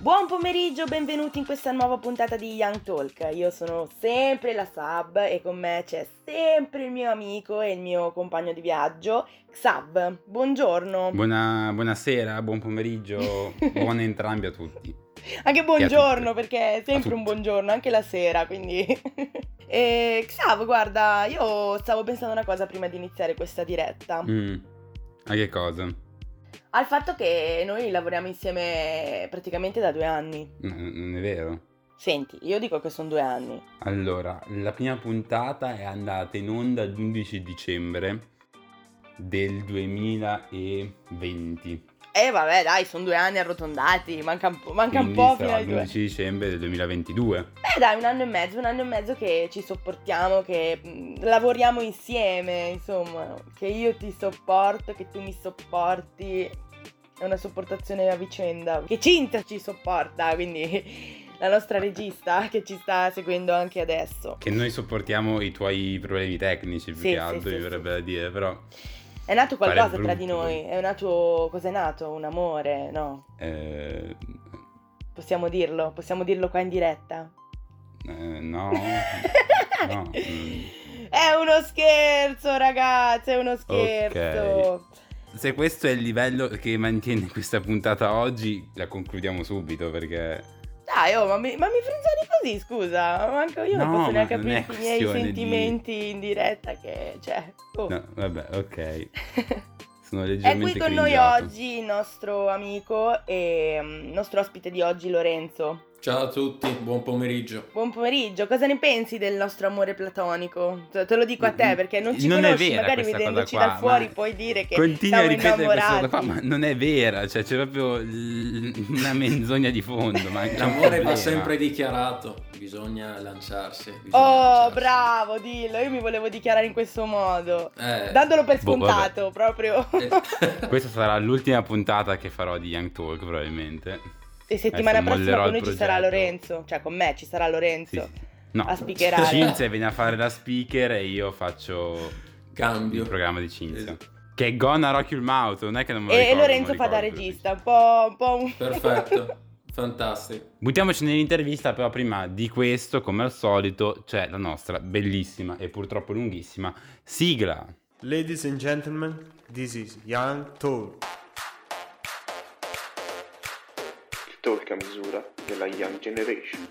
Buon pomeriggio, benvenuti in questa nuova puntata di Young Talk. Io sono sempre la Sab e con me c'è sempre il mio amico e il mio compagno di viaggio, Xav. Buongiorno. Buonasera, buon pomeriggio, buon entrambi a tutti. Anche buongiorno, perché è sempre un buongiorno, anche la sera, quindi... Xav, guarda, io stavo pensando una cosa prima di iniziare questa diretta. A che cosa? Al fatto che noi lavoriamo insieme praticamente da 2 anni. Non è vero? Senti, io dico che sono 2 anni. Allora, la prima puntata è andata in onda l'11 dicembre del 2020. Vabbè, dai, sono 2 anni arrotondati, manca un po' fino ai 2. l'11 dicembre del 2022. Dai, un anno e mezzo che ci sopportiamo, che lavoriamo insieme, insomma, che io ti sopporto, che tu mi sopporti, è una sopportazione a vicenda, che Cinzia ci sopporta, quindi la nostra regista che ci sta seguendo anche adesso. Che noi sopportiamo i tuoi problemi tecnici, più che altro, mi verrebbe da dire, però... È nato qualcosa tra di noi, è nato, cos'è nato? Un amore, no? Possiamo dirlo qua in diretta? No. No. È uno scherzo, ragazzi, è uno scherzo. Ok. Se questo è il livello che mantiene questa puntata oggi, la concludiamo subito perché... Dai, ma mi frizzani così, scusa. Manco io non posso neanche aprire i miei sentimenti in diretta che... No, vabbè, ok. Sono leggermente È qui con noi oggi il nostro amico e nostro ospite di oggi, Lorenzo. Ciao a tutti, buon pomeriggio. Buon pomeriggio, cosa ne pensi del nostro amore platonico? Te lo dico a te perché non ci conosci, magari vedendoci da fuori puoi dire che continui siamo a ripetere innamorati. questa cosa qua, ma non è vera, cioè c'è proprio una menzogna di fondo. Ma l'amore va sempre dichiarato, bisogna lanciarsi. Lanciarsi. Bravo, dillo, io mi volevo dichiarare in questo modo, dandolo per scontato, proprio. Questa sarà l'ultima puntata che farò di Young Talk probabilmente. E settimana prossima con noi ci sarà Lorenzo, cioè con me ci sarà Lorenzo, sì. No, a speakerare. Cinzia viene a fare la speaker e io faccio cambio il programma di Cinzia. Che è Gonna Rock Your Mouth, non è che non me lo ricordo. E Lorenzo fa da regista, un po'... Perfetto, fantastico. Buttiamoci nell'intervista, però prima di questo, come al solito, c'è la nostra bellissima e purtroppo lunghissima sigla. Ladies and gentlemen, this is Young Talk. Talk a misura della Young Generation.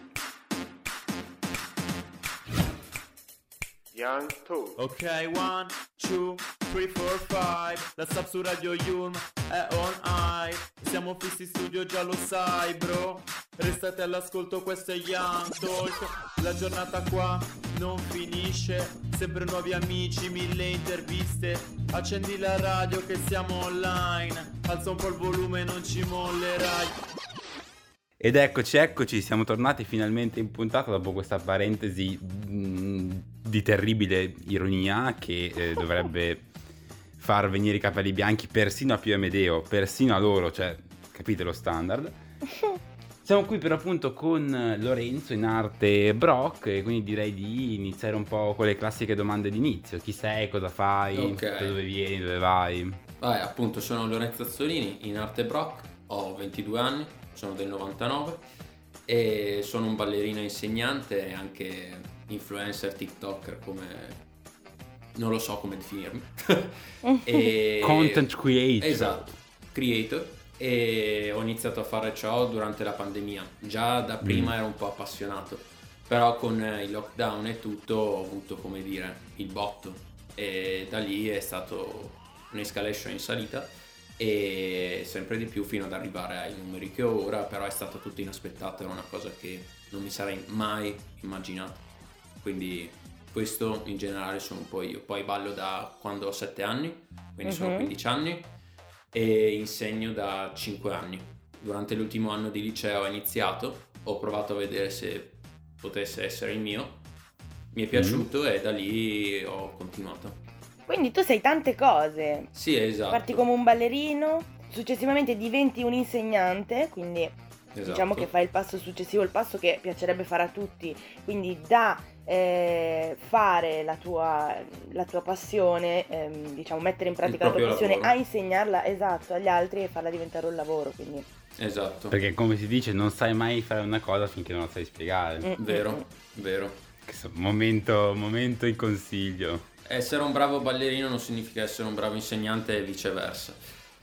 Young Talk. Ok, 1, 2, 3, 4, 5. La Sab su Radio Yulm è on air. Siamo fissi in studio, già lo sai, bro. Restate all'ascolto, questo è Young Talk. La giornata qua non finisce. Sempre nuovi amici, 1000 interviste. Accendi la radio che siamo online. Alza un po' il volume, non ci mollerai. Ed eccoci, siamo tornati finalmente in puntata dopo questa parentesi di terribile ironia che dovrebbe far venire i capelli bianchi persino a Pio e Medeo, persino a loro, cioè capite lo standard. Siamo qui per appunto con Lorenzo in arte Brock e quindi direi di iniziare un po' con le classiche domande d'inizio. Chi sei, cosa fai, da dove vieni, dove vai? Appunto sono Lorenzo Azzolini in arte Brock, ho 22 anni. Sono del 99 e sono un ballerino insegnante e anche influencer, tiktoker, come non lo so come definirmi. Content creator. Esatto, creator, e ho iniziato a fare ciò durante la pandemia. Già da prima ero un po' appassionato, però con il lockdown e tutto ho avuto, come dire, il botto e da lì è stato un'escalation in salita e sempre di più fino ad arrivare ai numeri che ho ora, però è stato tutto inaspettato, era una cosa che non mi sarei mai immaginato, quindi questo in generale sono un po' io. Poi ballo da quando ho 7 anni, quindi sono 15 anni e insegno da 5 anni. Durante l'ultimo anno di liceo ho iniziato, ho provato a vedere se potesse essere il mio, mi è piaciuto e da lì ho continuato. Quindi tu sei tante cose. Sì, esatto. Parti come un ballerino, successivamente diventi un insegnante, quindi diciamo che fai il passo successivo, il passo che piacerebbe fare a tutti, quindi da fare la tua passione, diciamo mettere in pratica la tua proprio passione, lavoro. a insegnarla, esatto, agli altri e farla diventare un lavoro, quindi Esatto, Perché come si dice, non sai mai fare una cosa finché non la sai spiegare. vero, vero. Momento in consiglio. Essere un bravo ballerino non significa essere un bravo insegnante e viceversa.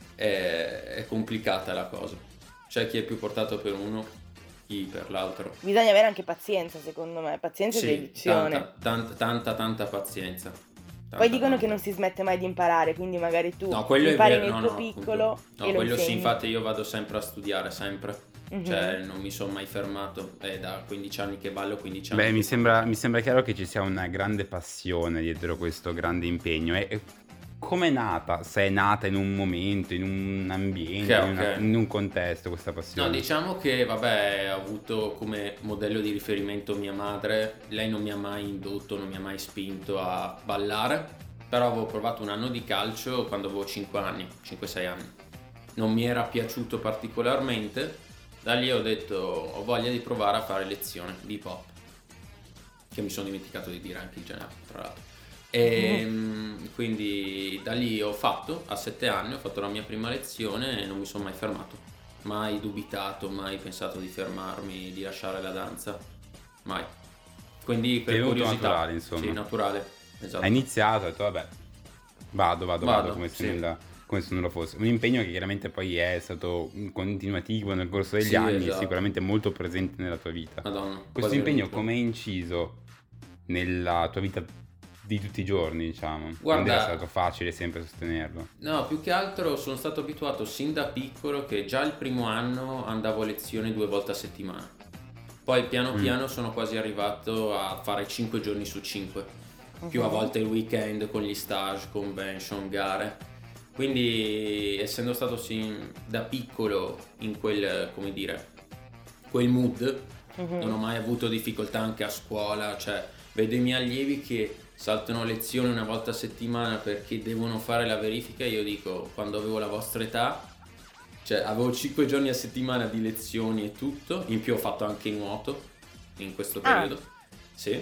È complicata la cosa. C'è chi è più portato per uno, chi per l'altro. bisogna avere anche pazienza, secondo me, pazienza e Sì, dedizione. tanta pazienza. Poi dicono che non si smette mai di imparare, quindi magari tu No, quello è impari vero, nel no, tuo no, piccolo appunto. No, e lo quello sì, insegni. infatti io vado sempre a studiare, sempre. Mhm. Cioè non mi sono mai fermato, è da 15 anni che ballo, 15 anni. Beh, che mi sembra chiaro che ci sia una grande passione dietro questo grande impegno. E come è nata? Se è nata in un momento, in un ambiente, Ok. in un contesto questa passione? No, diciamo che vabbè, ho avuto come modello di riferimento mia madre. Lei non mi ha mai indotto, non mi ha mai spinto a ballare, però avevo provato un anno di calcio quando avevo 5-6 anni. Non mi era piaciuto particolarmente, da lì ho detto ho voglia di provare a fare lezione di hip hop, che mi sono dimenticato di dire anche in generale, tra l'altro. E quindi da lì a 7 anni ho fatto la mia prima lezione e non mi sono mai fermato, mai dubitato, mai pensato di fermarmi, di lasciare la danza, mai. Quindi per È venuto curiosità, naturale, insomma. sì, naturale, esatto. Ha iniziato, ha detto vabbè, vado come se sì. nulla fosse. Un impegno che chiaramente poi è stato continuativo nel corso degli Sì, anni e esatto. sicuramente molto presente nella tua vita. Madonna, Questo quasi impegno venuto. come è inciso nella tua vita di tutti i giorni, diciamo? Non Guarda- deve essere stato facile sempre sostenerlo. No, più che altro sono stato abituato sin da piccolo che già il primo anno andavo a lezione 2 volte a settimana. Poi piano piano sono quasi arrivato a fare 5 giorni su 5, più a volte il weekend con gli stage, convention, gare. Quindi essendo stato sin da piccolo in quel, come dire, quel mood, non ho mai avuto difficoltà anche a scuola, cioè vedo i miei allievi che saltano lezione una volta a settimana perché devono fare la verifica, io dico, quando avevo la vostra età, cioè avevo 5 giorni a settimana di lezioni e tutto, in più ho fatto anche nuoto in questo periodo, sì,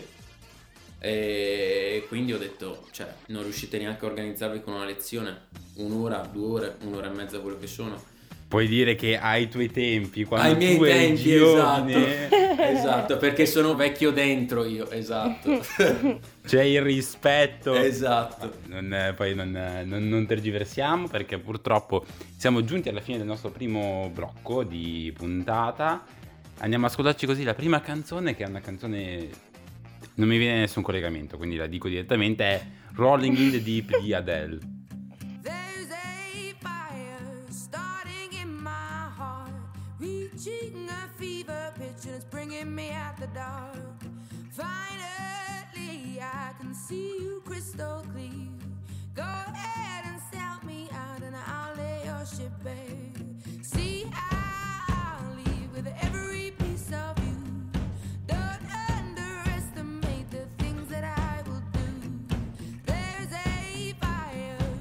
e quindi ho detto, cioè non riuscite neanche a organizzarvi con una lezione, 1 ora, 2 ore, 1 ora e mezza, quello che sono. Puoi dire che ai tuoi tempi, quando Ai miei tu eri tempi, giovane, esatto, perché sono vecchio dentro io, esatto. c'è il rispetto. Esatto. Poi non tergiversiamo perché purtroppo siamo giunti alla fine del nostro primo blocco di puntata. Andiamo a ascoltarci così la prima canzone, che è una canzone, non mi viene nessun collegamento, quindi la dico direttamente, è Rolling in the Deep di Adele. There's a fire starting in my heart, reaching a fever pitch and it's bringing me out the dark. Finally, I can see you crystal clear. Go ahead and sell me out and I'll lay your ship bare. See, I'll leave with every piece of you. Don't underestimate the things that I will do. There's a fire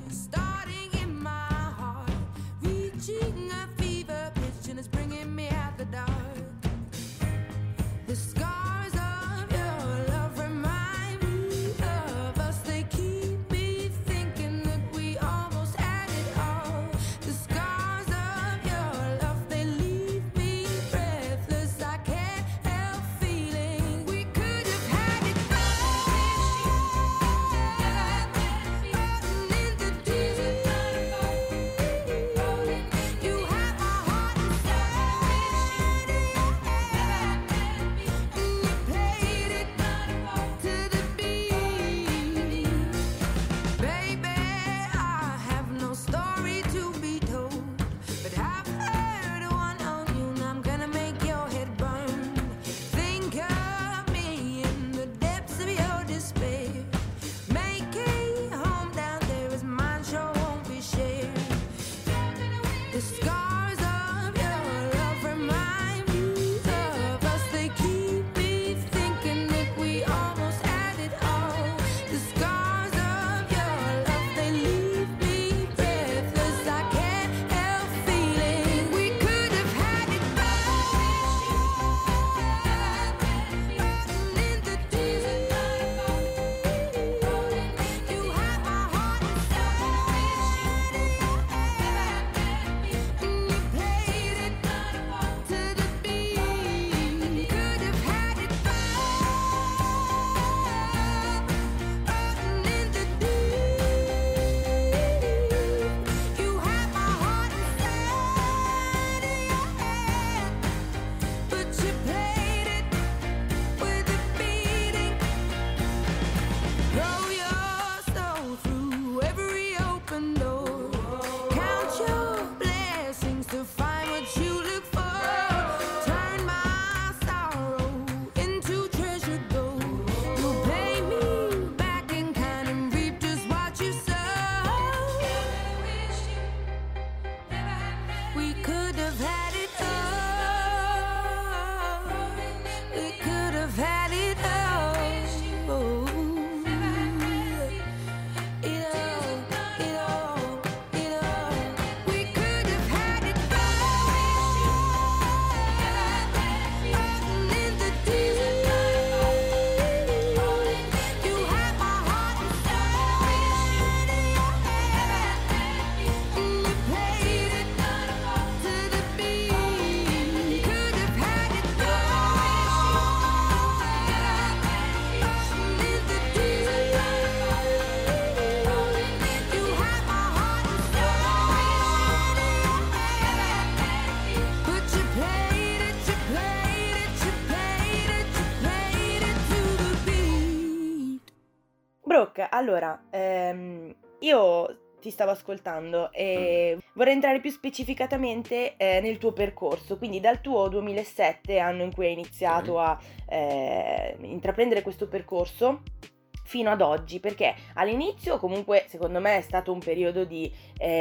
Allora, io ti stavo ascoltando e vorrei entrare più specificatamente nel tuo percorso, quindi dal tuo 2007, anno in cui hai iniziato a intraprendere questo percorso, fino ad oggi, perché all'inizio comunque secondo me è stato un periodo di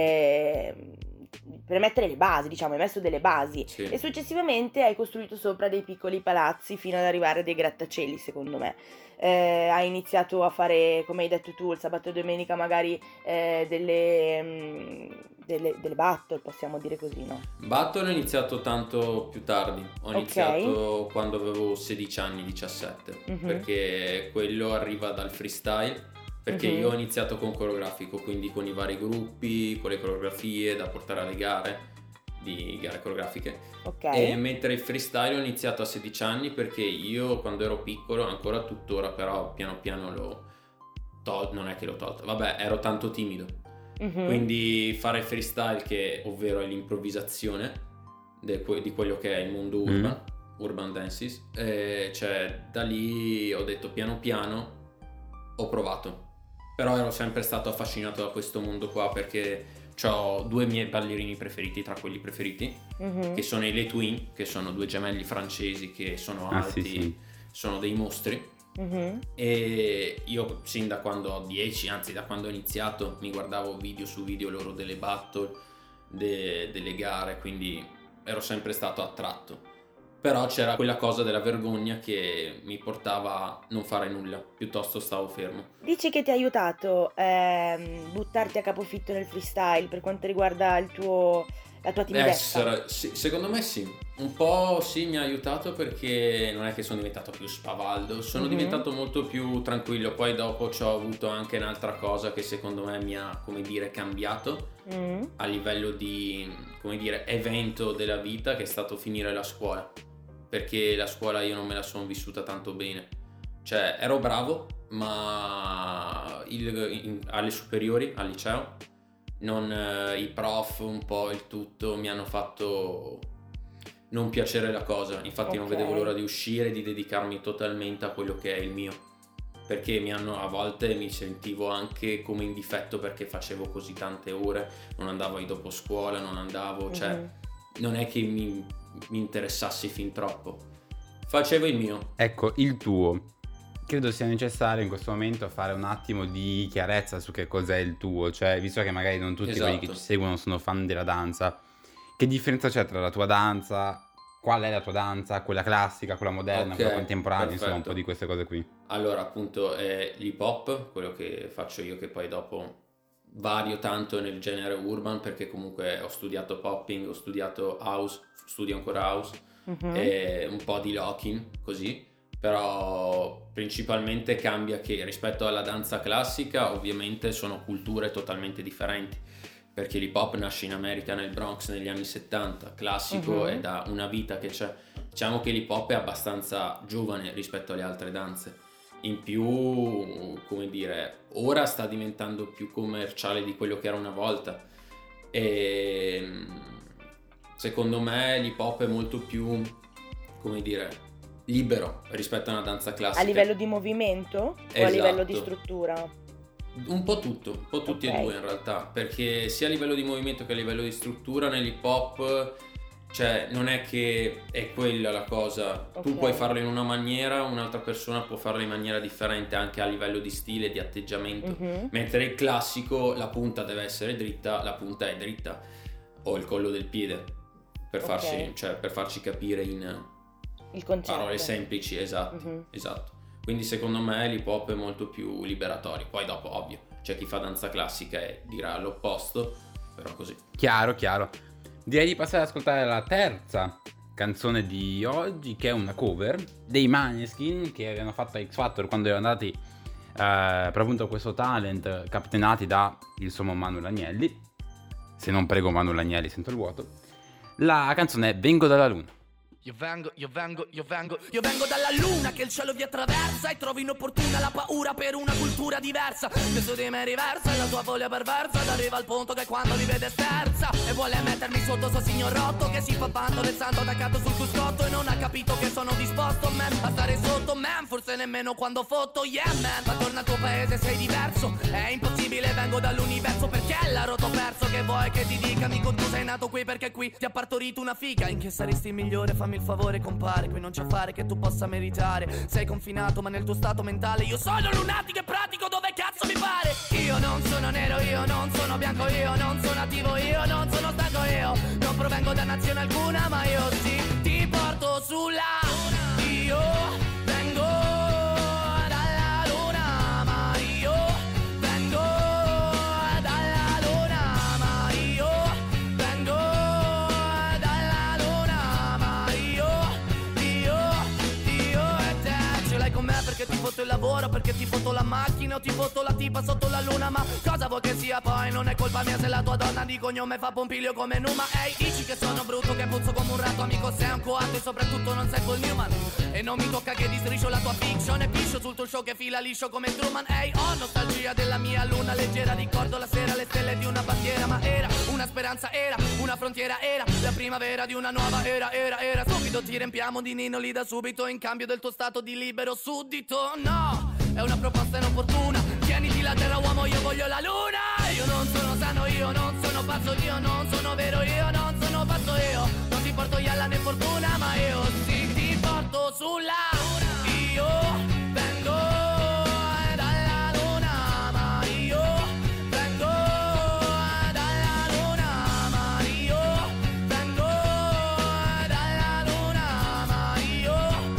per mettere le basi, diciamo, hai messo delle basi Sì. e successivamente hai costruito sopra dei piccoli palazzi fino ad arrivare a dei grattacieli, secondo me. Hai iniziato a fare, come hai detto tu, il sabato e domenica magari delle battle, possiamo dire così, no? Battle ho iniziato tanto più tardi, ho Ok. iniziato quando avevo 16 anni, 17, Mhm. perché quello arriva dal freestyle, perché Mhm. io ho iniziato con coreografico, quindi con i vari gruppi, con le coreografie da portare alle gare, di gare coreografiche. Ok. E mentre il freestyle ho iniziato a 16 anni perché io quando ero piccolo, ancora tuttora, però piano piano non è che l'ho tolto, vabbè, ero tanto timido. Mhm. Quindi fare freestyle, che ovvero è l'improvvisazione di quello che è il mondo urban dances, cioè da lì ho detto piano piano, ho provato, però ero sempre stato affascinato da questo mondo qua perché ho due miei ballerini preferiti, tra quelli preferiti, Mhm. che sono i Le Twin, che sono due gemelli francesi che sono Ah, alti, sì. sono dei mostri. Mhm. E io sin da quando ho 10, anzi da quando ho iniziato, mi guardavo video su video loro delle battle, delle gare, quindi ero sempre stato attratto. Però c'era quella cosa della vergogna che mi portava a non fare nulla, piuttosto stavo fermo. Dici che ti ha aiutato buttarti a capofitto nel freestyle per quanto riguarda la tua timidezza? Sì, secondo me sì, un po' sì, mi ha aiutato perché non è che sono diventato più spavaldo, sono Mhm. diventato molto più tranquillo. Poi dopo ci ho avuto anche un'altra cosa che secondo me mi ha, come dire, cambiato Mm. a livello di, come dire, evento della vita, che è stato finire la scuola, perché la scuola io non me la sono vissuta tanto bene, cioè ero bravo ma alle superiori, al liceo, i prof, un po' il tutto mi hanno fatto non piacere la cosa, infatti non Ok. vedevo l'ora di uscire e di dedicarmi totalmente a quello che è il mio, perché a volte mi sentivo anche come in difetto perché facevo così tante ore, non andavo ai dopo scuola, non andavo, cioè Mhm. non è che mi interessassi fin troppo, facevo il mio. Ecco, il tuo. Credo sia necessario in questo momento fare un attimo di chiarezza su che cos'è il tuo, cioè visto che magari non tutti quelli che Esatto. ci seguono sono fan della danza, che differenza c'è tra la tua danza, qual è la tua danza, quella classica, quella moderna, Ok, quella contemporanea, insomma un perfetto. po' di queste cose qui. Allora, appunto, è l'hip hop, quello che faccio io, che poi dopo vario tanto nel genere urban, perché comunque ho studiato popping, ho studiato house, studio ancora house, Mhm. e un po' di locking, così, però principalmente cambia che rispetto alla danza classica ovviamente sono culture totalmente differenti, perché l'hip hop nasce in America, nel Bronx, negli anni 70, classico Mhm. è da una vita che c'è. Diciamo che l'hip hop è abbastanza giovane rispetto alle altre danze. In più, come dire, ora sta diventando più commerciale di quello che era una volta. E secondo me l'hip hop è molto più, come dire, libero rispetto a una danza classica. A livello di movimento o a Esatto. livello di struttura? Un po' tutto, un po' tutti Ok. e due in realtà, perché sia a livello di movimento che a livello di struttura nell'hip hop, cioè non è che è quella la cosa, tu Ok. puoi farlo in una maniera, un'altra persona può farlo in maniera differente anche a livello di stile, di atteggiamento, Mhm. mentre il classico la punta deve essere dritta, la punta è dritta, o il collo del piede, per Ok. farci capire in Il concetto. parole semplici, esatto. Mhm. Esatto. Quindi secondo me l'hip hop è molto più liberatorio. Poi dopo, ovvio, c'è chi fa danza classica e dirà l'opposto, però così. Chiaro, chiaro. Direi di passare ad ascoltare la terza canzone di oggi, che è una cover dei Maneskin che avevano fatto a X Factor quando erano andati per appunto questo talent, capitanati da il sommo Manuel Agnelli. Se non prego Manuel Agnelli sento il vuoto. La canzone è Vengo dalla Luna. Io vengo dalla luna che il cielo vi attraversa e trovo inopportuna la paura per una cultura diversa. Che su di me riversa e la tua voglia perversa ed arriva al punto che quando mi vede sterza e vuole mettermi sotto suo signor rotto che si fa panto del santo attaccato sul cruscotto e non ha capito che sono disposto, man, a stare sotto, man, forse nemmeno quando fotto, yeah, man. Ma torna al tuo paese, sei diverso, è impossibile, vengo dall'universo perché l'ha rotto perso. Che vuoi che ti dica, amico, tu sei nato qui perché qui ti ha partorito una figa. In che saresti il migliore, fammi il favore, compare, qui non c'è affare che tu possa meritare. Sei confinato ma nel tuo stato mentale io sono lunatico e pratico dove cazzo mi pare. Io non sono nero, io non sono bianco, io non sono attivo, io non sono stanco, io non provengo da nazione alcuna, ma io sì, ti porto sulla luna. Io vengo dalla luna, ma io vengo dalla luna, ma io vengo dalla luna, ma io e te. Ce l'hai con me perché ti fotto il lavoro, perché ti fotto la macchina o ti fotto la tipa sotto la luna. Ma cosa vuoi che sia poi? Non è colpa mia se la tua donna di cognome fa Pompilio come Numa. Ehi, dici che sono brutto, che puzzo come un ratto, amico sei un coatto e soprattutto non sei Paul Newman. E non mi tocca che distriscio la tua fiction e piscio sul tuo show che fila liscio come Truman. Ehi, ho nostalgia della mia luna leggera, ricordo la sera le stelle di una bandiera. Ma era una speranza, era una frontiera, era la primavera di una nuova era. Subito ti riempiamo di ninoli da subito in cambio del tuo stato di libero suddito. No, è una proposta inopportuna, tieniti la terra uomo, io voglio la luna. Io non sono sano, io non sono pazzo, io non sono vero, io non sono pazzo, io non ti porto ialla né fortuna, ma io sì ti porto sulla luna. Io vengo dalla luna, ma io vengo dalla luna, ma io vengo dalla luna, ma io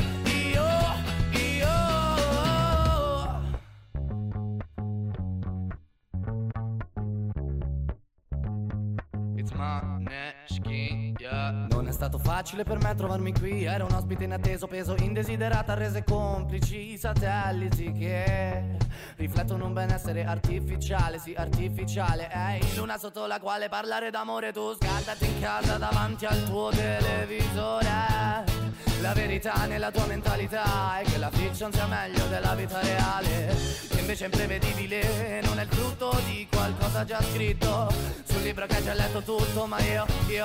It's Maneskin, yeah. Non è stato facile per me trovarmi qui, ero un ospite inatteso, peso indesiderata, rese complici i satelliti che riflettono un benessere artificiale, sì artificiale. Ehi, luna sotto la quale parlare d'amore, tu scaldati in casa davanti al tuo televisore. La verità nella tua mentalità è che la fiction sia meglio della vita reale, che invece è imprevedibile, non è il frutto di qualcosa già scritto sul libro che hai già letto tutto. Ma io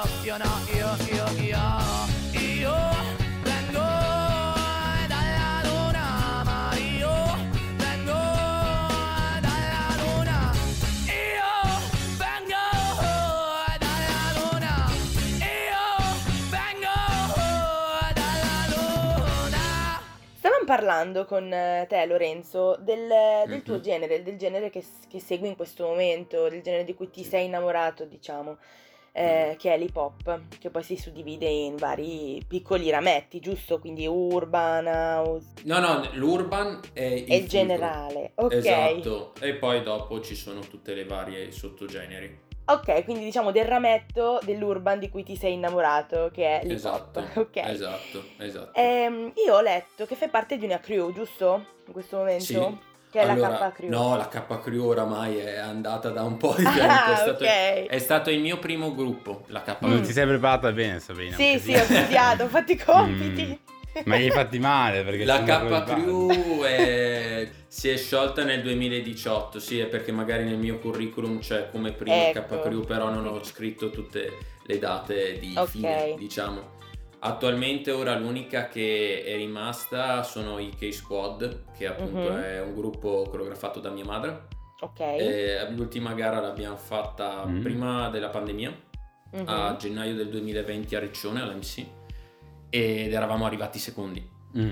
vengo dalla luna, ma io vengo dalla luna. Io vengo dalla luna. Io vengo dalla luna. Stavamo parlando con te, Lorenzo, del tuo genere, del genere che segui in questo momento, del genere di cui ti sei innamorato, diciamo, che è l'hip hop, che poi si suddivide in vari piccoli rametti, giusto? Quindi urban, house. No, l'urban è il E il generale, ok. Esatto, e poi dopo ci sono tutte le varie sottogeneri. Ok, quindi diciamo del rametto dell'urban di cui ti sei innamorato, che è l'hip hop. Esatto, Ok. esatto. Io ho letto che fai parte di una crew, giusto? In questo momento? Sì. Che è Allora, la K Crew. No, la K Crew oramai è andata da un po' di tempo. Ok. È stato il mio primo gruppo, la K Non Crew. ti sei preparata bene, Sabrina. Sì, sì, ho studiato, ho fatto i compiti. Ma li hai fatti male perché La sono K preparati. Crew si è sciolta nel 2018, sì, è perché magari nel mio curriculum c'è come prima Ecco. K Crew, però non ho scritto tutte le date di Ok. fine, diciamo. Attualmente ora l'unica che è rimasta sono i K-Squad, che appunto Mhm. è un gruppo coreografato da mia madre. Ok. L'ultima gara l'abbiamo fatta prima della pandemia, Mhm. a gennaio del 2020 a Riccione, all'MC, ed eravamo arrivati secondi.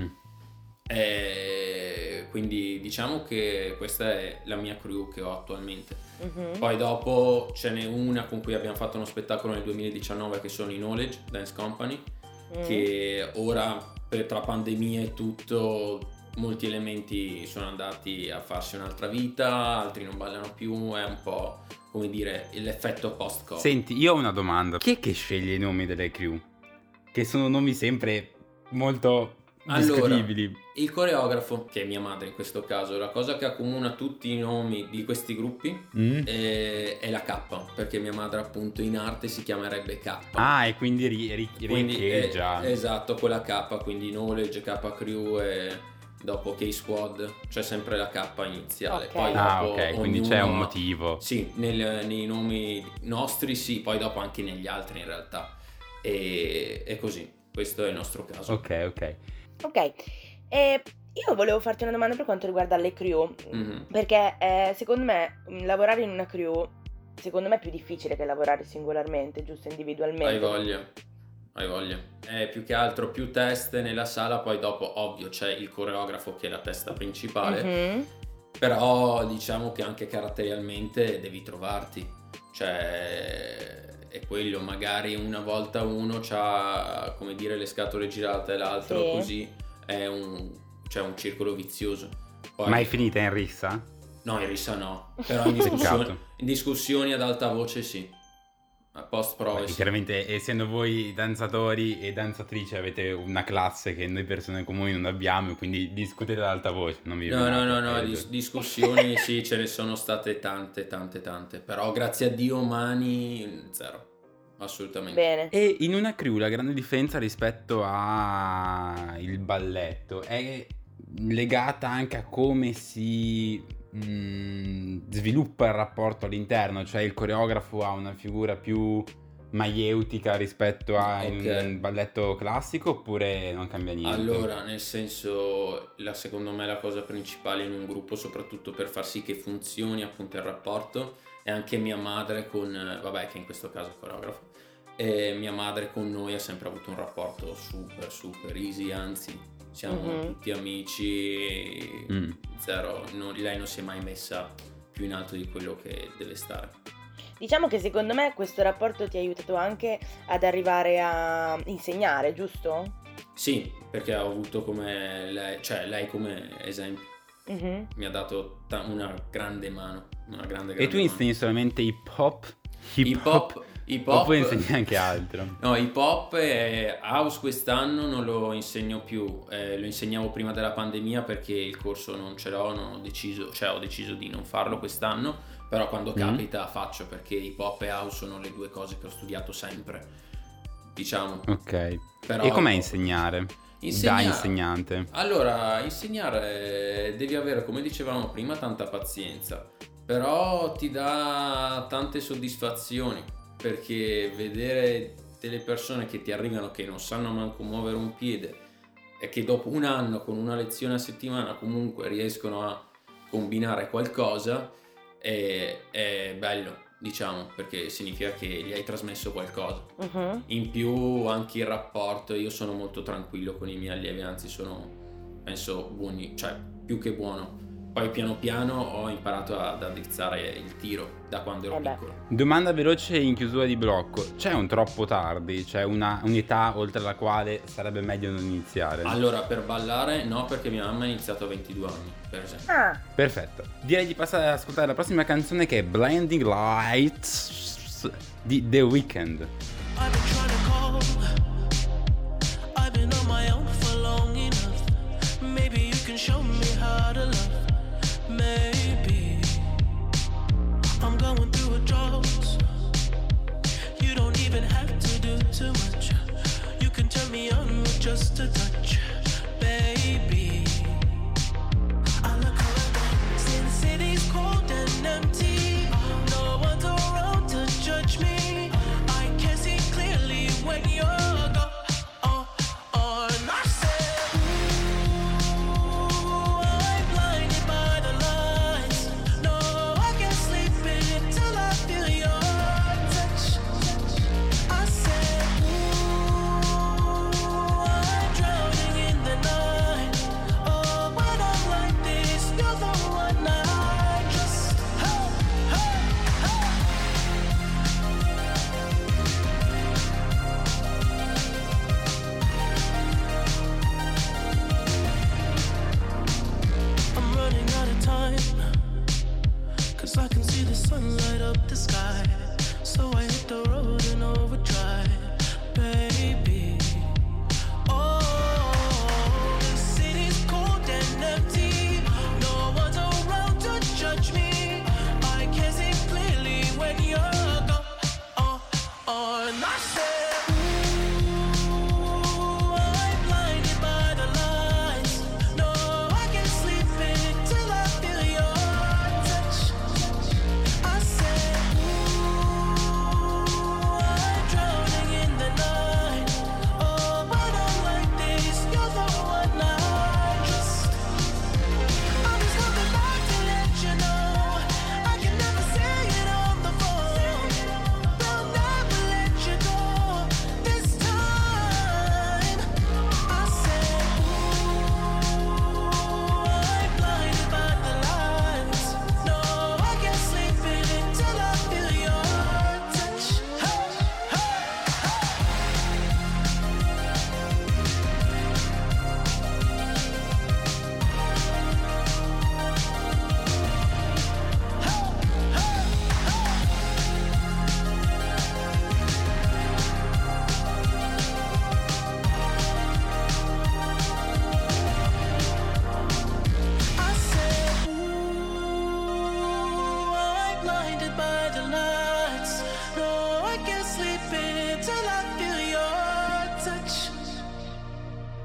Quindi diciamo che questa è la mia crew che ho attualmente. Mhm. Poi dopo ce n'è una con cui abbiamo fatto uno spettacolo nel 2019 che sono i Knowledge Dance Company, che ora tra pandemia e tutto molti elementi sono andati a farsi un'altra vita, altri non ballano più, è un po' come dire l'effetto post-Covid. Senti, io ho una domanda. Chi è che sceglie i nomi delle crew? Che sono nomi sempre molto discutibili. Il coreografo, che è mia madre in questo caso, la cosa che accomuna tutti i nomi di questi gruppi è la K, perché mia madre appunto in arte si chiamerebbe K. Ah, e quindi riecheggia. Esatto, quella K, quindi Knowledge, K Crew e dopo K-Squad c'è sempre la K iniziale. Ok. Poi Ah, dopo ok, quindi c'è un motivo. Sì, nei nomi nostri sì, poi dopo anche negli altri in realtà. E così, questo è il nostro caso. Ok. Ok, io volevo farti una domanda per quanto riguarda le crew, Mhm. perché secondo me lavorare in una crew, secondo me è più difficile che lavorare singolarmente, giusto, individualmente. Hai voglia. È più che altro più teste nella sala, poi dopo ovvio c'è il coreografo che è la testa principale, Mhm. però diciamo che anche caratterialmente devi trovarti, cioè è quello, magari una volta uno c'ha, come dire, le scatole girate e l'altro Sì. così, c'è un circolo vizioso. Poi, Ma è finita in rissa? no, in rissa no, però Peccato. in discussioni ad alta voce sì, a post prove Beh, sì. chiaramente, essendo voi danzatori e danzatrici, avete una classe che noi persone comuni non abbiamo, quindi discutete ad alta voce. Non vi No, menate. discussioni sì, ce ne sono state tante, però grazie a Dio umani zero, assolutamente. Bene. E in una crew la grande differenza rispetto al balletto è legata anche a come si sviluppa il rapporto all'interno, cioè il coreografo ha una figura più maieutica rispetto a Ok. un balletto classico, oppure non cambia niente? Allora, nel senso, secondo me la cosa principale in un gruppo, soprattutto per far sì che funzioni appunto il rapporto, è anche mia madre con, vabbè, che in questo caso è coreografo, e mia madre con noi ha sempre avuto un rapporto super easy, anzi siamo tutti amici, zero, lei non si è mai messa più in alto di quello che deve stare. Diciamo che secondo me questo rapporto ti ha aiutato anche ad arrivare a insegnare, giusto? Sì, perché ho avuto come lei come esempio. Mhm. Mi ha dato una grande mano, una grande E tu mano. insegni solamente hip hop? Hip hop, Oppure insegni anche altro? no, hip hop e house quest'anno non lo insegno più, lo insegnavo prima della pandemia perché il corso non ce l'ho, ho deciso di non farlo quest'anno, però quando capita faccio, perché hip hop e house sono le due cose che ho studiato sempre, diciamo. Ok. Però, E com'è insegnare? Da insegnante? Allora, insegnare devi avere, come dicevamo prima, tanta pazienza, però ti dà tante soddisfazioni, perché vedere delle persone che ti arrivano che non sanno manco muovere un piede e che dopo un anno con una lezione a settimana comunque riescono a combinare qualcosa è bello, diciamo, perché significa che gli hai trasmesso qualcosa. Mhm. In più anche il rapporto, io sono molto tranquillo con i miei allievi, anzi sono, penso, buoni, cioè più che buono. Poi piano piano ho imparato ad addrizzare il tiro da quando ero piccolo. Domanda veloce in chiusura di blocco. C'è un troppo tardi? C'è un'età oltre la quale sarebbe meglio non iniziare? Allora, per ballare no, perché mia mamma ha iniziato a 22 anni, per esempio. Ah, Perfetto. Direi di passare ad ascoltare la prossima canzone, che è Blinding Lights di The Weeknd. I've been trying to call. I've been on my own for long enough. Maybe you can show me how to love. Maybe I'm going through a drought. You don't even have to do too much. You can turn me on with just a touch, baby. I look around since city's cold and empty. No one's around to judge me. I can see clearly when you're gone. And I said, ooh, I'm blinded.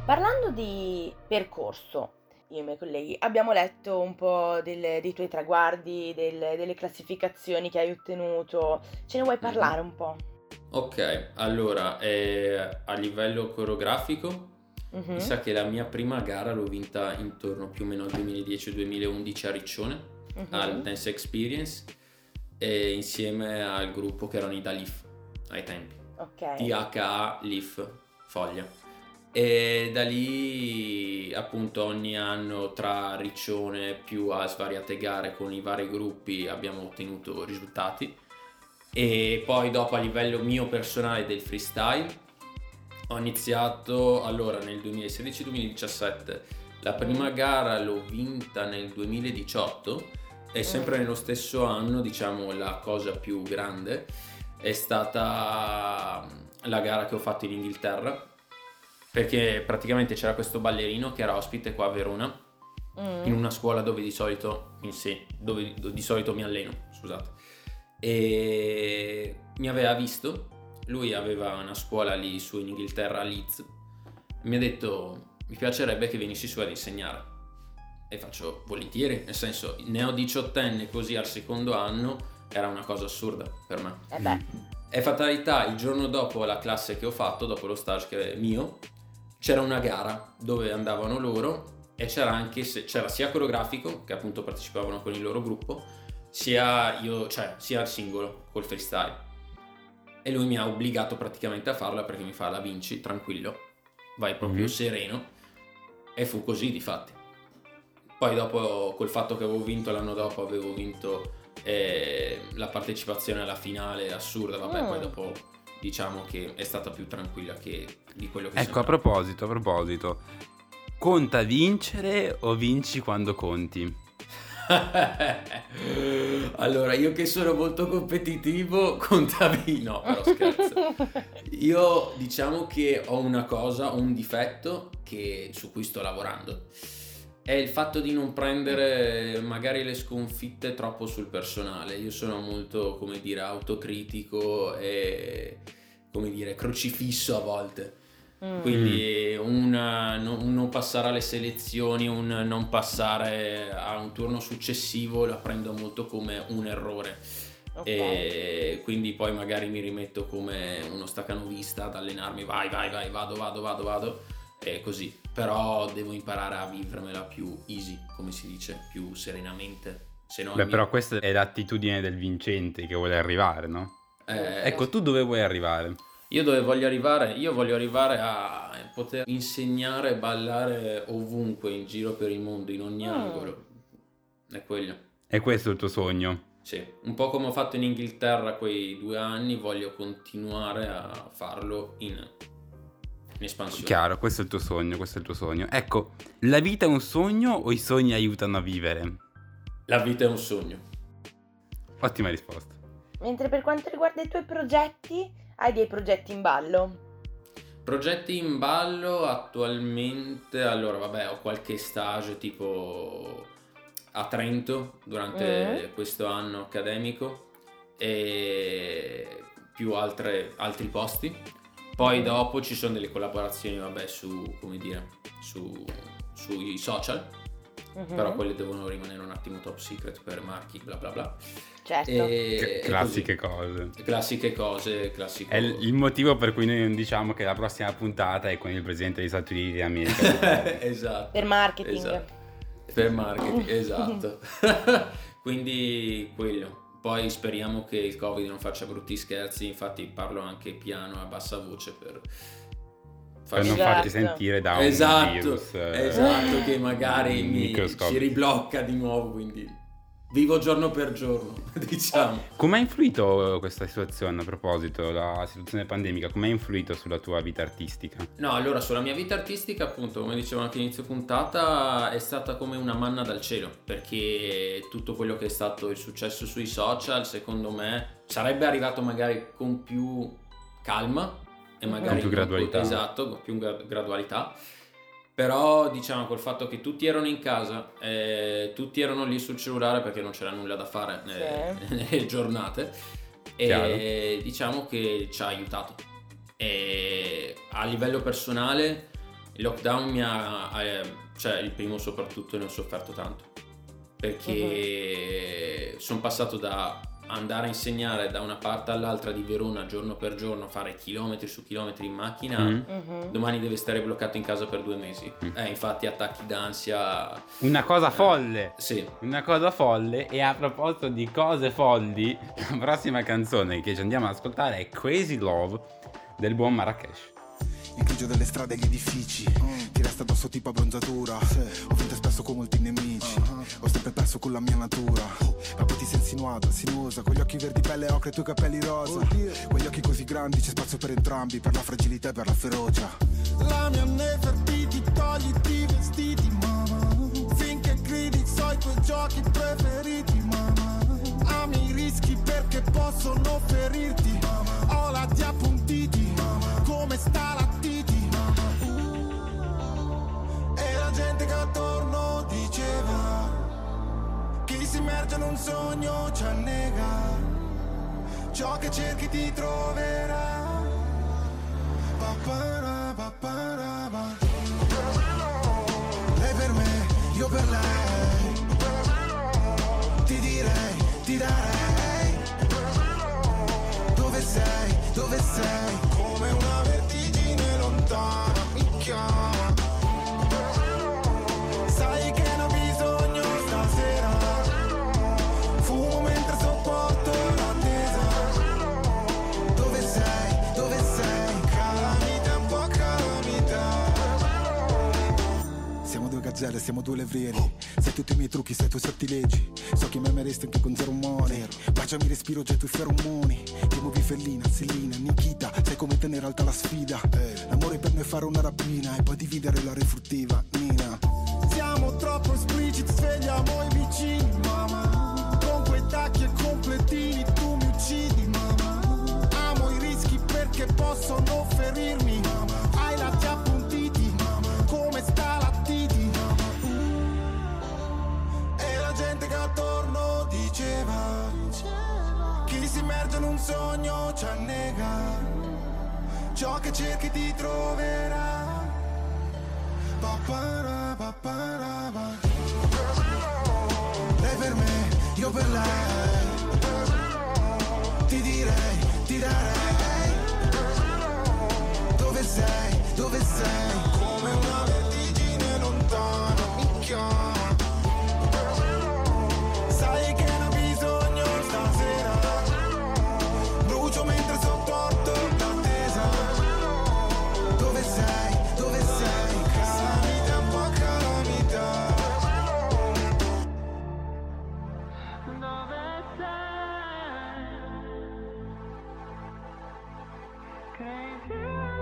Parlando di percorso, io e i miei colleghi abbiamo letto un po' dei tuoi traguardi, delle classificazioni che hai ottenuto. Ce ne vuoi parlare un po'? Ok, allora a livello coreografico Mhm. mi sa che la mia prima gara l'ho vinta intorno più o meno al 2010-2011 a Riccione, Mhm. al Dance Experience, e insieme al gruppo che erano i Da Leaf ai tempi, Ok. THA Leaf Foglia. E da lì appunto ogni anno tra Riccione più a svariate gare con i vari gruppi abbiamo ottenuto risultati. E poi dopo a livello mio personale del freestyle ho iniziato allora nel 2016-2017, la prima gara l'ho vinta nel 2018 e sempre nello stesso anno, diciamo, la cosa più grande è stata la gara che ho fatto in Inghilterra, perché praticamente c'era questo ballerino che era ospite qua a Verona in una scuola dove di solito mi alleno, scusate. E mi aveva visto, lui aveva una scuola lì su in Inghilterra a Leeds, mi ha detto mi piacerebbe che venissi su ad insegnare, e faccio volentieri, nel senso ne ho 18enne così al secondo anno, era una cosa assurda per me. E fatalità, il giorno dopo la classe che ho fatto, dopo lo stage che è mio, c'era una gara dove andavano loro e c'era sia coreografico, che appunto partecipavano con il loro gruppo, sia io, cioè sia il singolo col freestyle, e lui mi ha obbligato praticamente a farla perché mi fa la vinci, tranquillo, vai proprio sereno, e fu così di fatti. Poi dopo col fatto che avevo vinto l'anno dopo avevo vinto la partecipazione alla finale assurda, vabbè, poi dopo diciamo che è stata più tranquilla che di quello che Ecco, a proposito, conta vincere o vinci quando conti? Allora, io che sono molto competitivo, contavi, no, però scherzo. Io diciamo che ho un difetto su cui sto lavorando. È il fatto di non prendere magari le sconfitte troppo sul personale. Io sono molto, come dire, autocritico e, come dire, crocifisso a volte. Quindi un non passare alle selezioni, un non passare a un turno successivo la prendo molto come un errore. E quindi poi magari mi rimetto come uno stacanovista ad allenarmi, vai, vado e così. Però devo imparare a vivermela più easy, come si dice, più serenamente. Se no Però questa è l'attitudine del vincente che vuole arrivare, no? Ecco, tu dove vuoi arrivare? Io dove voglio arrivare? Io voglio arrivare a poter insegnare e ballare ovunque in giro per il mondo, in ogni angolo. È quello. E questo è il tuo sogno? Sì, un po' come ho fatto in Inghilterra quei 2 anni, voglio continuare a farlo in espansione. Chiaro, questo è il tuo sogno. Ecco, la vita è un sogno o i sogni aiutano a vivere? La vita è un sogno. Ottima risposta. Mentre per quanto riguarda i tuoi progetti, hai dei progetti in ballo? Progetti in ballo attualmente, allora vabbè, ho qualche stage tipo a Trento durante questo anno accademico e più altri posti. Poi dopo ci sono delle collaborazioni, vabbè, sui social, però quelle devono rimanere un attimo top secret per marchi, bla bla bla. Certo. Classiche cose. Classico. È il motivo per cui noi non diciamo che la prossima puntata è con il presidente degli Stati Uniti d'America. Esatto. Per marketing. Esatto. Per marketing, esatto. Quindi quello. Poi speriamo che il Covid non faccia brutti scherzi, infatti parlo anche piano a bassa voce per non farti sentire da un virus. Esatto, che magari ci riblocca di nuovo, quindi vivo giorno per giorno, diciamo. Come ha influito questa situazione, a proposito, la situazione pandemica, come ha influito sulla tua vita artistica? No, allora sulla mia vita artistica, appunto, come dicevo anche inizio puntata, è stata come una manna dal cielo, perché tutto quello che è stato il successo sui social, secondo me, sarebbe arrivato magari con più calma e magari con più gradualità. Esatto, con più gradualità. Però diciamo col fatto che tutti erano in casa, tutti erano lì sul cellulare perché non c'era nulla da fare nelle giornate, e diciamo che ci ha aiutato. E a livello personale Il lockdown cioè il primo soprattutto ne ho sofferto tanto, perché sono passato da andare a insegnare da una parte all'altra di Verona giorno per giorno, fare chilometri su chilometri in macchina, domani deve stare bloccato in casa per 2 mesi. Infatti attacchi d'ansia. Una cosa folle. Sì. Una cosa folle. E a proposito di cose folli, la prossima canzone che ci andiamo ad ascoltare è Crazy Love del buon Marrakesh. Il grigio delle strade e gli edifici ti resta addosso tipo abbronzatura. Ho vinto spesso con molti nemici, ho sempre perso con la mia natura. Ma poi ti sei insinuata, sinuosa, con gli occhi verdi pelle ocre e i tuoi capelli rosa. Quegli occhi così grandi, c'è spazio per entrambi, per la fragilità e per la ferocia. La mia Nefertiti, togliti i vestiti, mamma. Finché gridi so i tuoi giochi preferiti, mamma. Ami i rischi perché possono ferirti, mamma. Ho lati appuntiti, mamma. Come sta la Titi, mamma. E la gente che attorno diceva: chi si immerge in un sogno ci annega, ciò che cerchi ti troverà. Papara, papara, pa. Lei per me, io per lei, ti direi, ti darei. Dove sei, dove sei? Come una vertigine lontana mi chiama. Sai che ne ho bisogno stasera, fumo mentre sopporto l'attesa. Dove sei, dove sei? Calamita, un po' calamita. Siamo due gazzelle, siamo due levrieri. Sai tutti i miei trucchi, sai i tuoi sortilegi. So che mi ameresti anche con zero money. Baciami, respiro già i tuoi feromoni. Ti muovi fellina, Selina, Nikita. Sai come tenere alta la sfida. L'amore per noi è fare una rapina e poi dividere la refruttiva, Nina. Siamo troppo espliciti, svegliamo i vicini, mamma. Con quei tacchi e completini tu mi uccidi, mamma. Amo i rischi perché possono ferirmi, mamma. Hai lati appuntiti, mamma. Come sta la Titi, mamma. E la gente che attorno diceva: chi si immerge in un sogno ci annega, ciò che cerchi ti troverà. Papara, papara, pa. Lei per me, io per lei, ti direi, ti darei. Dove sei, dove sei? Come una vertigine lontana mi chiama. Sai che ne ho bisogno stasera, brucio mentre sopporto l'attesa. Dove sei, dove sei? Calamita, un po' calamita. Dove sei? Crazy.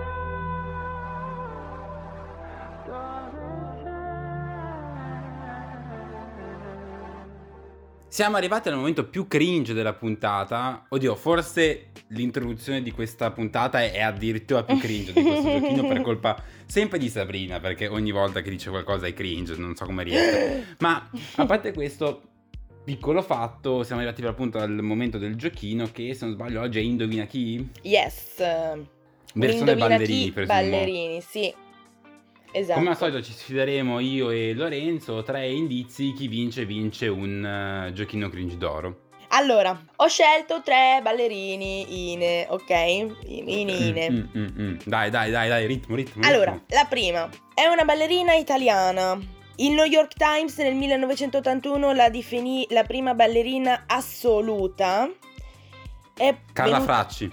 Siamo arrivati al momento più cringe della puntata. Oddio, forse l'introduzione di questa puntata è addirittura più cringe di questo giochino per colpa sempre di Sabrina, perché ogni volta che dice qualcosa è cringe, non so come riesce. Ma a parte questo piccolo fatto, siamo arrivati appunto al momento del giochino che, se non sbaglio, oggi è Indovina chi? Yes. Versione Indovina ballerini, chi? presumo. Ballerini, sì. Esatto. Come al solito ci sfideremo io e Lorenzo, 3 indizi, chi vince un giochino cringe d'oro. Allora, ho scelto 3 ballerini Ine, ok? Ine. Dai, ritmo. Allora, la prima è una ballerina italiana. Il New York Times nel 1981 la definì la prima ballerina assoluta. Carla Fracci.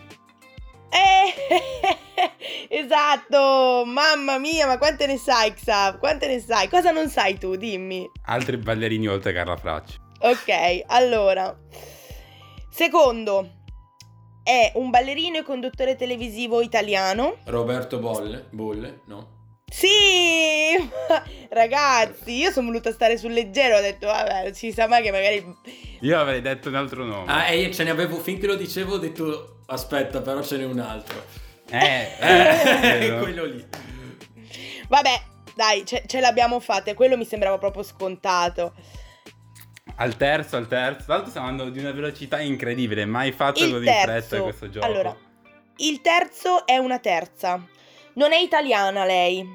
Esatto, mamma mia, ma quante ne sai, Xav? Quante ne sai? Cosa non sai tu? Dimmi. Altri ballerini oltre a Carla Fracci. Ok, allora. Secondo, è un ballerino e conduttore televisivo italiano. Roberto Bolle, no? Sì! Ragazzi, io sono voluta stare sul leggero, ho detto, vabbè, ci sa mai che magari... Io avrei detto un altro nome. E ce ne avevo, finché lo dicevo, ho detto, aspetta, però ce n'è un altro. Quello lì. Vabbè, dai, ce l'abbiamo fatta, quello mi sembrava proprio scontato. Al terzo. Tra l'altro stiamo andando di una velocità incredibile, mai fatto così in fretta questo gioco. Allora, il terzo è una terza. Non è italiana lei.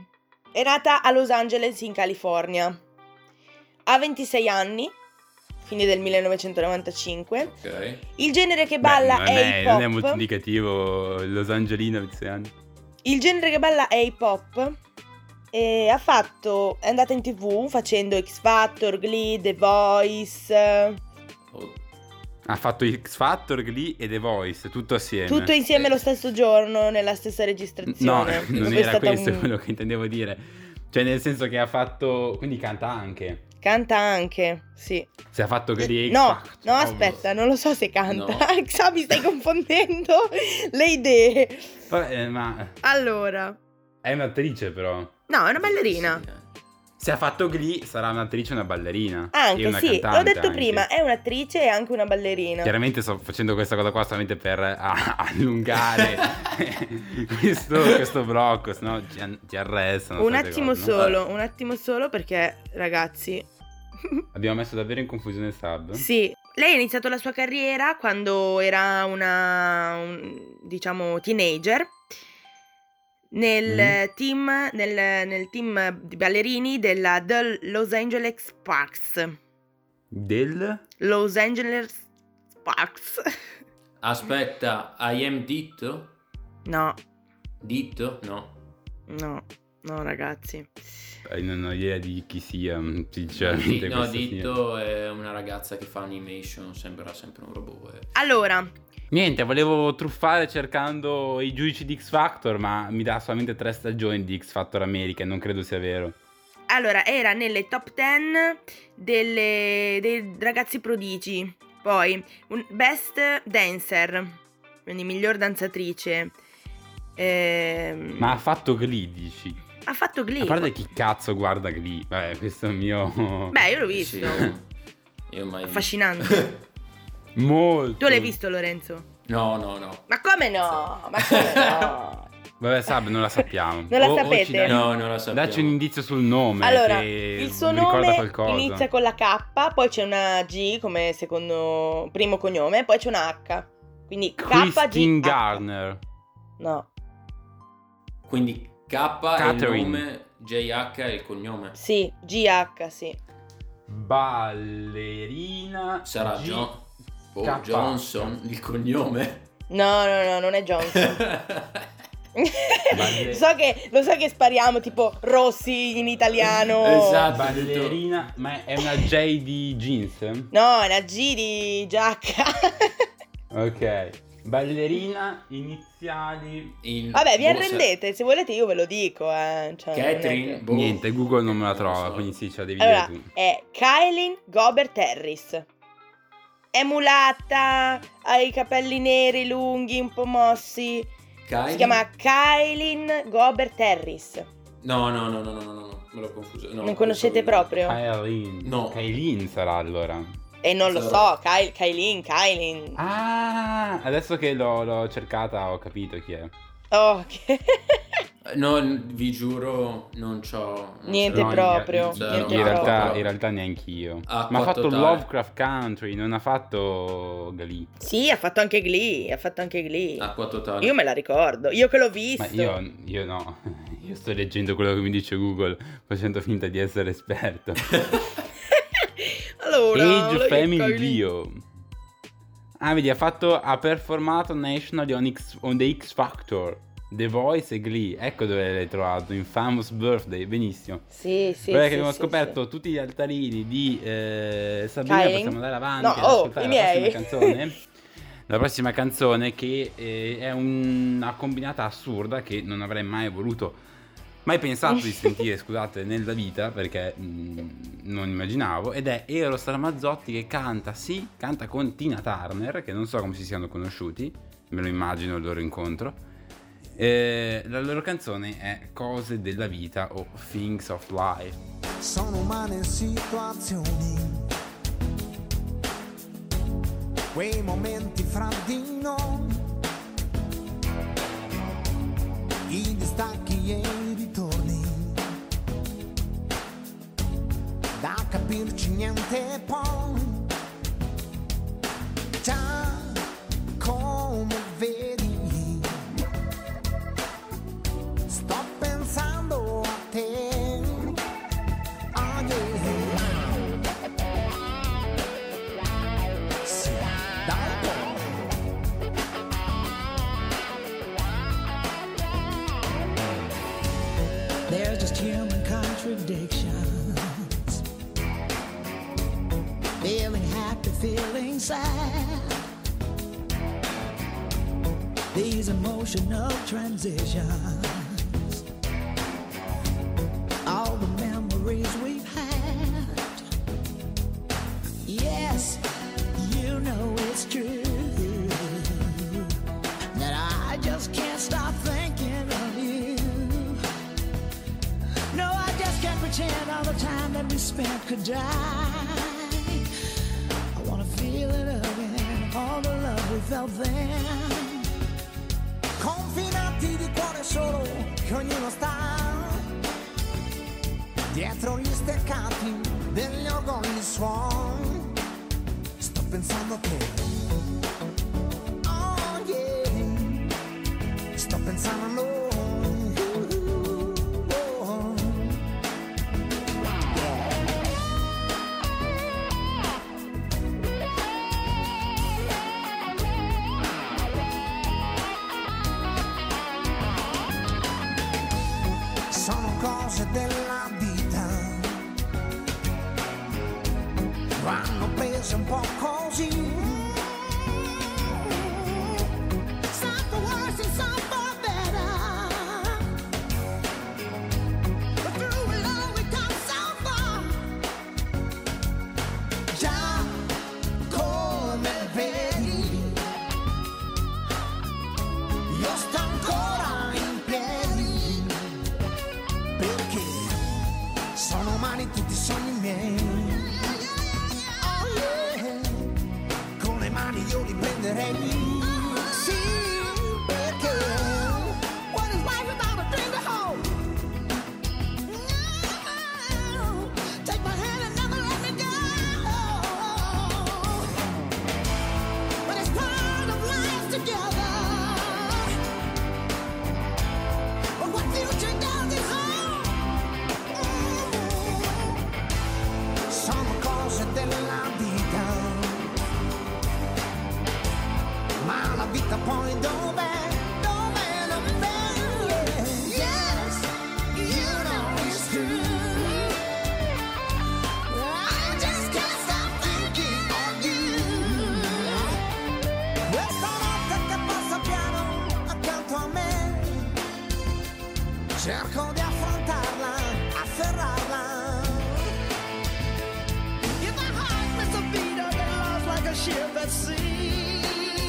È nata a Los Angeles in California. Ha 26 anni, fine del 1995. Ok. Il genere che balla è hip hop. Non è molto indicativo Los Angelino 26 anni. Il genere che balla è hip hop. E è andata in TV facendo X Factor, Glee, The Voice. Oh, Ha fatto X Factor, Glee e The Voice, tutto assieme. Tutto insieme lo stesso giorno, nella stessa No, registrazione. non È era stata questo quello che intendevo dire. Cioè, nel senso che ha fatto... Quindi canta anche. Canta anche, sì. Se ha fatto Glee... No, X no, Factor. aspetta, non lo so se canta. No. Mi stai confondendo le idee. Vabbè, ma Allora, è un'attrice però. no, è una ballerina. sì, Se ha fatto Glee sarà un'attrice e una ballerina. E Anche, una sì, l'ho cantante detto anche. prima, è un'attrice e anche una ballerina. Chiaramente sto facendo questa cosa qua solamente per allungare questo blocco, sennò ci arrestano. Un certe attimo cose, no? solo, un attimo solo perché, ragazzi, Abbiamo messo davvero in confusione il sub? sì, lei ha iniziato la sua carriera quando era diciamo, teenager nel team di ballerini della The Los Angeles Sparks. Del? Los Angeles Sparks. Aspetta, I am Ditto? No, Ditto? No. no, ragazzi. Non ho idea di chi sia, sinceramente. No, questo Ditto è una ragazza che fa animation, sembra sempre un robot. Allora, Niente, volevo truffare cercando i giudici di X Factor, ma mi dà solamente 3 stagioni di X Factor America, non credo sia vero. era nelle top 10 dei ragazzi prodigi. Poi, Best Dancer, quindi miglior danzatrice. Ma ha fatto Glee, dici? Ha fatto Glee. A parte chi cazzo guarda Glee? Vabbè, questo è il mio... Beh, io l'ho visto. Sì. Io mai Affascinante. Molto. Tu l'hai visto, Lorenzo? No. Ma come no? Ma come no? Vabbè, Sab, non la sappiamo. Non la O sapete? ci dai- No, non la sappiamo. Dacci un indizio sul nome. Allora, che il suo mi ricorda nome qualcosa. inizia con la K, poi c'è una G come secondo primo cognome, poi c'è una H. Quindi Christine KG. Garner. No, Quindi K è il Catherine. nome, JH è il cognome. sì, GH, sì. Ballerina. Sarà G- K. Johnson il cognome? No, non è Johnson. Balle- Lo so che spariamo tipo Rossi in italiano. Esatto. Ballerina. Ma è una J di jeans? No, è una G di giacca. Ok. Ballerina, iniziali. Vabbè, vi arrendete, se volete io ve lo dico. Cioè, non è Catherine. che- Niente, Google non me la Non lo trova, so. quindi sì, ce la devi Allora, dire tu. è Kylie Gobert Harris. È mulatta, ha i capelli neri lunghi, un po' mossi. Kylie? Si chiama Kylie Gobert Harris. No, me l'ho confuso. No, Non conoscete pensavo proprio? Kylie. No. Kylie sarà allora. E non lo so, Kylie. Ah, adesso che l'ho cercata ho capito chi è. Oh, che... No, vi giuro, non c'ho... non Niente so. No, proprio, in- niente In realtà, proprio. in realtà neanch'io. Acqua Ma ha fatto totale. Lovecraft Country, non ha fatto Glee. Sì, ha fatto anche Glee, Acqua totale. Io me la ricordo, io che l'ho visto. Ma io no, io sto leggendo quello che mi dice Google facendo finta di essere esperto. Allora, Age lei è Family Kylie. Bio. Ah, vedi, ha performato nationally on the X Factor, The Voice e Glee. Ecco dove l'hai trovato, in Famous Birthday, benissimo. Sì, Guarda sì, che abbiamo sì, scoperto tutti gli altarini di Sabrina, Kylie? possiamo andare avanti No, ad ascoltare i la prossima miei. canzone. La prossima canzone che è una combinata assurda che non avrei mai pensato di sentire, scusate, nella vita, perché non immaginavo, ed è Eros Ramazzotti che canta con Tina Turner, che non so come si siano conosciuti, me lo immagino il loro incontro. La loro canzone è Cose della vita o Things of Life. Sono umane situazioni, quei momenti fra di noi, i distacchi e i ritorni, da capirci niente poi, già come vedi, sto pensando a te. human contradictions. Feeling happy, feeling sad. These emotional transitions. All the memories we've had. Yes, you know it's true that I just can't stop thinking of you. No, I just can't pretend all the time that we spent could die. I wanna feel it again, all the love we felt then. Confinati di cuore solo, che ognuno sta dietro gli steccati degli orgogli suon. Sto pensando a te. Oh yeah. Sto pensando a noi. Sono cose della vita, vanno prese un po' così. Some for worse and some for better, but through it all we come so far. Già come vedi, io sto ancora in piedi, perché sono umani tutti i sogni miei. Oh yeah, con le mani io li prenderei. Sì, perché what is life without a dream to hold? No, take my hand and never let me go. But it's part of life together. But what future does it hold? Sono cose della vita, ma la vita poi dov'è? Dov'è? Dov'è? Yes, you know it's true. I just can't stop thinking of you. Questa notte che passa piano accanto a me, cerco di affrontarla, afferrarla. If my heart missed a beat or get lost like a ship at sea,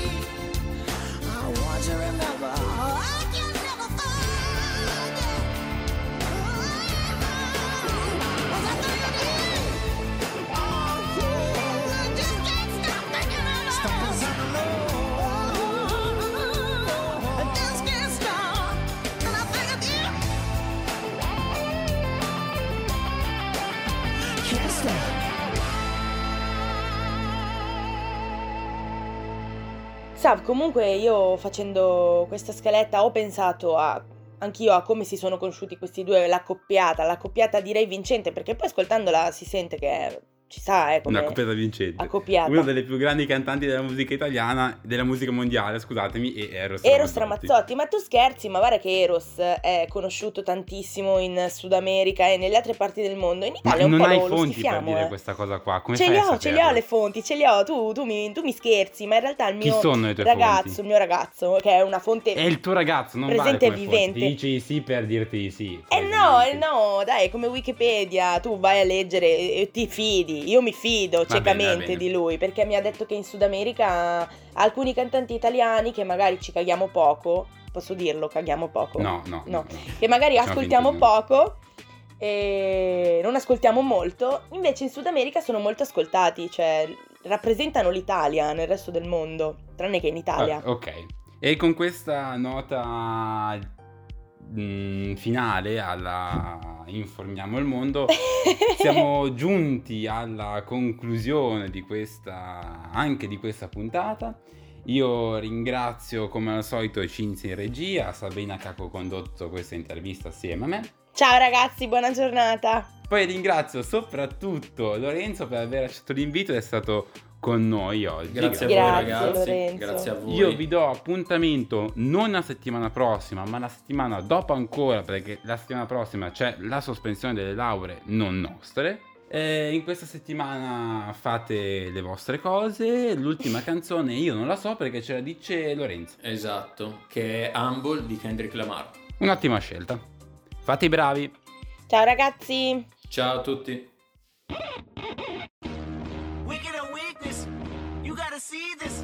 I want you to remember I can never forget. Was I thinking of you? Oh yeah, I just can't stop thinking of you. Stop pensando. I just can't stop, and I think of you. Can't stop. Sav, comunque io facendo questa scaletta ho pensato anch'io a come si sono conosciuti questi due, l'accoppiata direi vincente, perché poi ascoltandola si sente che ci sa, come Una accoppiata vincente. accoppiata. Una delle più grandi cantanti della musica italiana, della musica mondiale, scusatemi, e Eros Ramazzotti. Ma tu scherzi, ma guarda che Eros è conosciuto tantissimo in Sud America e nelle altre parti del mondo. In Ma Italia un non po' hai lo fonti schifiamo, per dire questa cosa qua? Come Ce fai le a ho, saperlo? le fonti, ce le ho. Tu mi scherzi, ma in realtà il Chi mio sono le tue ragazzo, fonti? il mio ragazzo, che è una fonte È il tuo ragazzo, non presente e vale come fonte. vivente. Ti dice di sì per dirti di sì. No, dai, è come Wikipedia, tu vai a leggere e ti fidi, io mi fido Va bene, ciecamente va bene. di lui, perché mi ha detto che in Sud America alcuni cantanti italiani che magari ci caghiamo poco, posso dirlo, caghiamo poco? No. Che magari Facciamo ascoltiamo finta di no. poco e non ascoltiamo molto, invece in Sud America sono molto ascoltati, cioè rappresentano l'Italia nel resto del mondo, tranne che in Italia. Ok. E con questa nota finale alla Informiamo il mondo siamo giunti alla conclusione di questa puntata. Io ringrazio come al solito Cinzia in regia, Sabrina che ha condotto questa intervista assieme a me. Ciao ragazzi, buona giornata. Poi ringrazio soprattutto Lorenzo per aver accettato l'invito, è stato con noi oggi. Grazie a voi Grazie, ragazzi, Lorenzo. grazie a voi. Io vi do appuntamento non la settimana prossima, ma la settimana dopo ancora, perché la settimana prossima c'è la sospensione delle lauree non nostre. In questa settimana fate le vostre cose. L'ultima canzone io non la so perché ce la dice Lorenzo. Esatto, che è Humble di Kendrick Lamar. Un'ottima scelta. Fate i bravi. Ciao ragazzi. Ciao a tutti. Wicked or weakness, you gotta see this.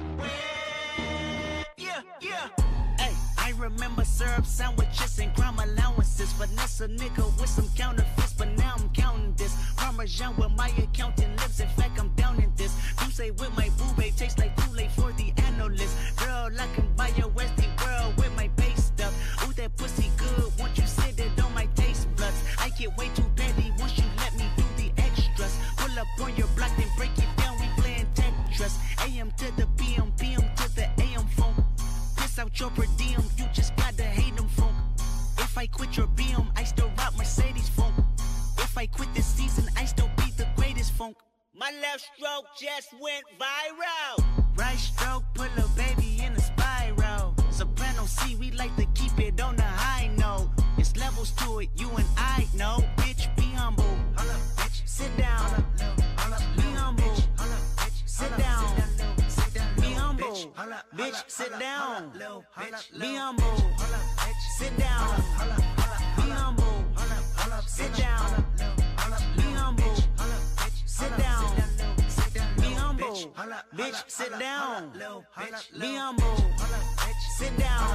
Yeah, yeah. Hey, I remember syrup sandwiches and crime allowances. Finesse a nigga with some counterfeits, but now I'm counting this. Parmesan where my accountant lives. In fact, I'm down in this. You say with my boo babe tastes like Kool-Aid for the analyst. Girl, I can buy your Westie world with my base stuff. Ooh, that pussy good. Won't you sit it on my taste buds? I get way too petty once you let me do the extras. Pull up on your block, then break it down. We playing Tetris. AM to the PM, PM to the AM phone. Piss out your per diem, you just gotta hate them funk. If I quit your BM, I still rock Mercedes funk. If I quit this season, I still be the greatest funk. My left stroke just went viral. Right stroke put a baby in a spiral. Soprano C, we like to keep it on the high note. It's levels to it, you and I know. Bitch, be humble. Bitch, sit down. Be humble. Sit down. Be humble. Bitch, sit down. Be humble. Sit down. Be humble. Sit down. Be humble. Sit down. Be humble. Bitch, sit down. Be humble. Sit down.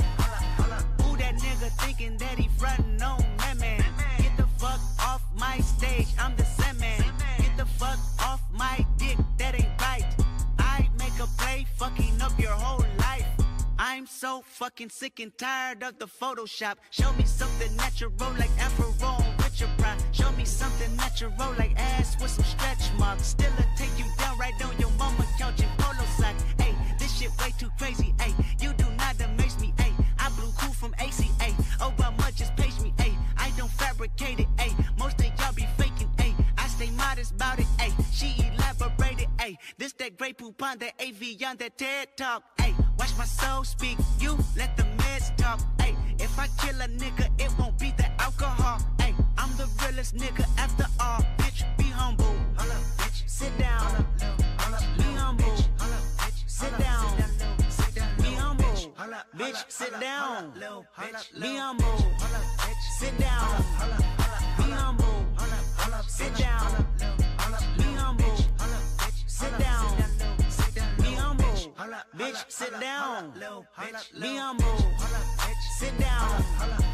Who that nigga thinking that he frontin' on that man? Get the fuck off my stage, I'm the Sandman. Get the fuck off my dick, that ain't right. I make a play, fucking up your whole life. I'm so fucking sick and tired of the Photoshop. Show me something natural like Afro with your pride. Show me something natural like ass with some stretch marks. Still take you down right on your mama couch in polo sock. Hey, this shit way too crazy. Hey, you do not amaze me. Hey, I blew cool from ACA. Obama just page me. Hey, I don't fabricate it. Hey, most of y'all be faking. Hey, I stay modest about it. Hey, she elaborated. Hey, this that great poop on that AV on that TED Talk. Hey, watch my soul speak. You let the meds talk. Hey, if I kill a nigga, it won't be the alcohol. Hey, I'm the realest nigga after all. Bitch, be humble. Bitch, sit down. Be humble. Sit down. Be humble. Bitch, sit down. Be humble. Sit down. Be humble. Sit down. Be humble. Sit down. Be humble. Bitch, sit down. Be humble. Sit down.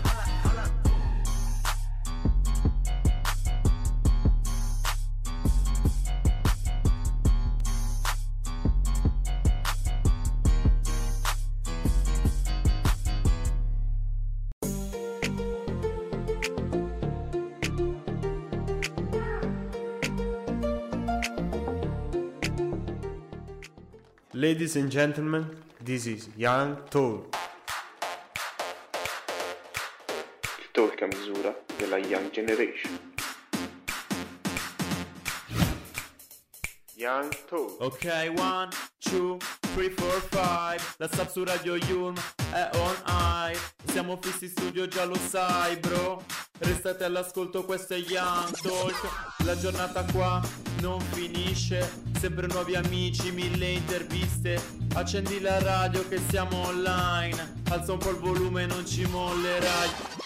Ladies and gentlemen, this is Young Talk. Il talk a misura della Young Generation. Young Talk. Ok, 1, 2, 3, 4, 5. La sub su Radio Yulm è on air. Siamo fissi in studio, già lo sai, bro. Restate all'ascolto, questo è Young Talk. La giornata qua non finisce. Sempre nuovi amici, 1000 interviste. Accendi la radio che siamo online. Alza un po' il volume, non ci mollerai.